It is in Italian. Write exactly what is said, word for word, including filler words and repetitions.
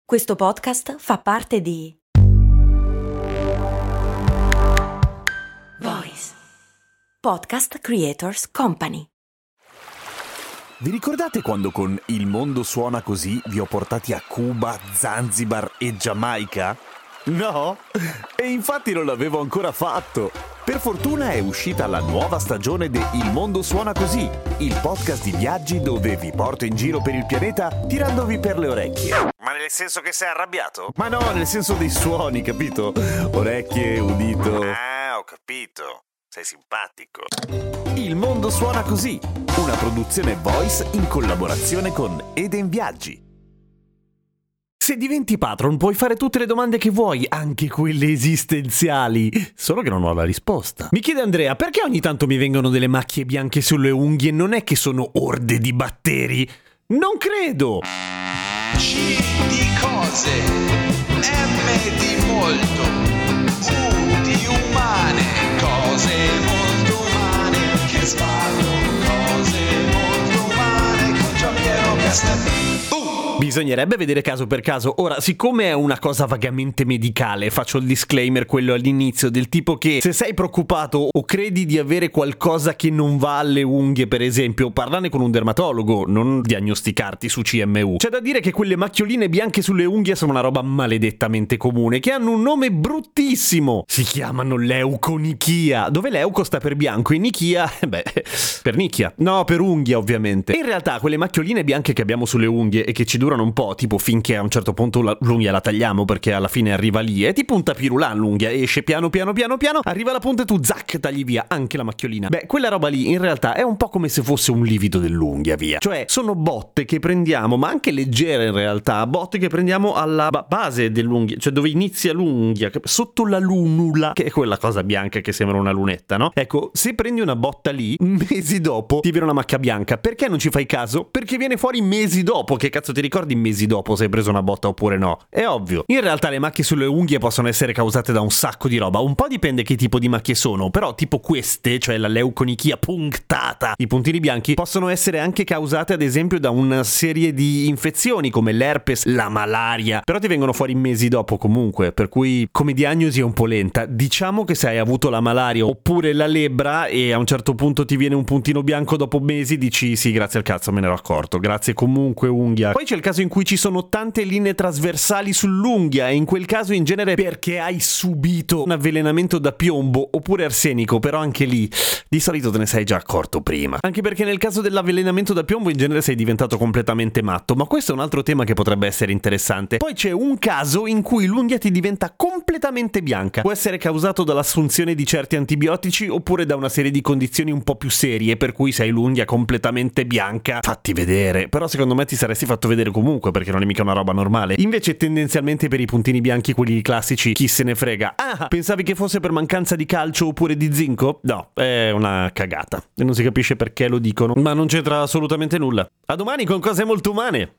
Questo podcast fa parte di Voice Podcast Creators Company. Vi ricordate quando con Il mondo suona così vi ho portati a Cuba, Zanzibar e Giamaica? No? E infatti non l'avevo ancora fatto. Per fortuna è uscita la nuova stagione di Il mondo suona così, il podcast di viaggi dove vi porto in giro per il pianeta tirandovi per le orecchie. Ma nel senso che sei arrabbiato? Ma no, nel senso dei suoni, capito? Orecchie, udito. Ah, ho capito. Sei simpatico. Il mondo suona così, una produzione Voice in collaborazione con Eden Viaggi. Se diventi patron puoi fare tutte le domande che vuoi, anche quelle esistenziali, solo che non ho la risposta. Mi chiede Andrea, perché ogni tanto mi vengono delle macchie bianche sulle unghie? Non è che sono orde di batteri? Non credo! C di cose, M di molto, U di umane, cose molto umane, che sballo, cose molto umane, con Giampiero Castel. Bisognerebbe vedere caso per caso. Ora, siccome è una cosa vagamente medicale, faccio il disclaimer, quello all'inizio, del tipo che se sei preoccupato o credi di avere qualcosa che non va alle unghie, per esempio, parlane con un dermatologo, non diagnosticarti su C M U. C'è da dire che quelle macchioline bianche sulle unghie sono una roba maledettamente comune, che hanno un nome bruttissimo. Si chiamano leuconichia, dove leuco sta per bianco e nichia, beh, per nicchia. No, per unghia, ovviamente. E in realtà quelle macchioline bianche che abbiamo sulle unghie e che ci durano un po', tipo finché a un certo punto la, l'unghia la tagliamo, perché alla fine arriva lì, è tipo un tapirulan l'unghia, esce piano piano piano piano, arriva alla punta e tu zac, tagli via anche la macchiolina. Beh, quella roba lì in realtà è un po' come se fosse un livido dell'unghia, via. Cioè, sono botte che prendiamo, ma anche leggere in realtà, botte che prendiamo alla ba- base dell'unghia, cioè dove inizia l'unghia, sotto la lunula, che è quella cosa bianca che sembra una lunetta, no? Ecco, se prendi una botta lì, mesi dopo ti viene una macchia bianca. Perché non ci fai caso? Perché viene fuori mesi dopo. Che cazzo ti ricordi mesi dopo se hai preso una botta oppure no? È ovvio. In realtà le macchie sulle unghie possono essere causate da un sacco di roba. Un po' dipende che tipo di macchie sono, però tipo queste, cioè la leuconichia punctata, i puntini bianchi, possono essere anche causate ad esempio da una serie di infezioni come l'herpes, la malaria, però ti vengono fuori mesi dopo comunque, per cui come diagnosi è un po' lenta. Diciamo che se hai avuto la malaria oppure la lebbra e a un certo punto ti viene un puntino bianco dopo mesi, dici sì, grazie al cazzo, me ne ero accorto, grazie comunque unghia. Poi c'è il caso in cui ci sono tante linee trasversali sull'unghia e in quel caso in genere perché hai subito un avvelenamento da piombo oppure arsenico, però anche lì di solito te ne sei già accorto prima, anche perché nel caso dell'avvelenamento da piombo in genere sei diventato completamente matto, ma questo è un altro tema che potrebbe essere interessante. Poi c'è un caso in cui l'unghia ti diventa completamente bianca, può essere causato dall'assunzione di certi antibiotici oppure da una serie di condizioni un po' più serie per cui sei l'unghia completamente bianca. Fatti vedere, però secondo me ti saresti fatto vedere comunque, perché non è mica una roba normale. Invece tendenzialmente per i puntini bianchi, quelli classici, chi se ne frega. Ah, pensavi che fosse per mancanza di calcio oppure di zinco? No, è una cagata e non si capisce perché lo dicono, ma non c'entra assolutamente nulla. A domani con cose molto umane.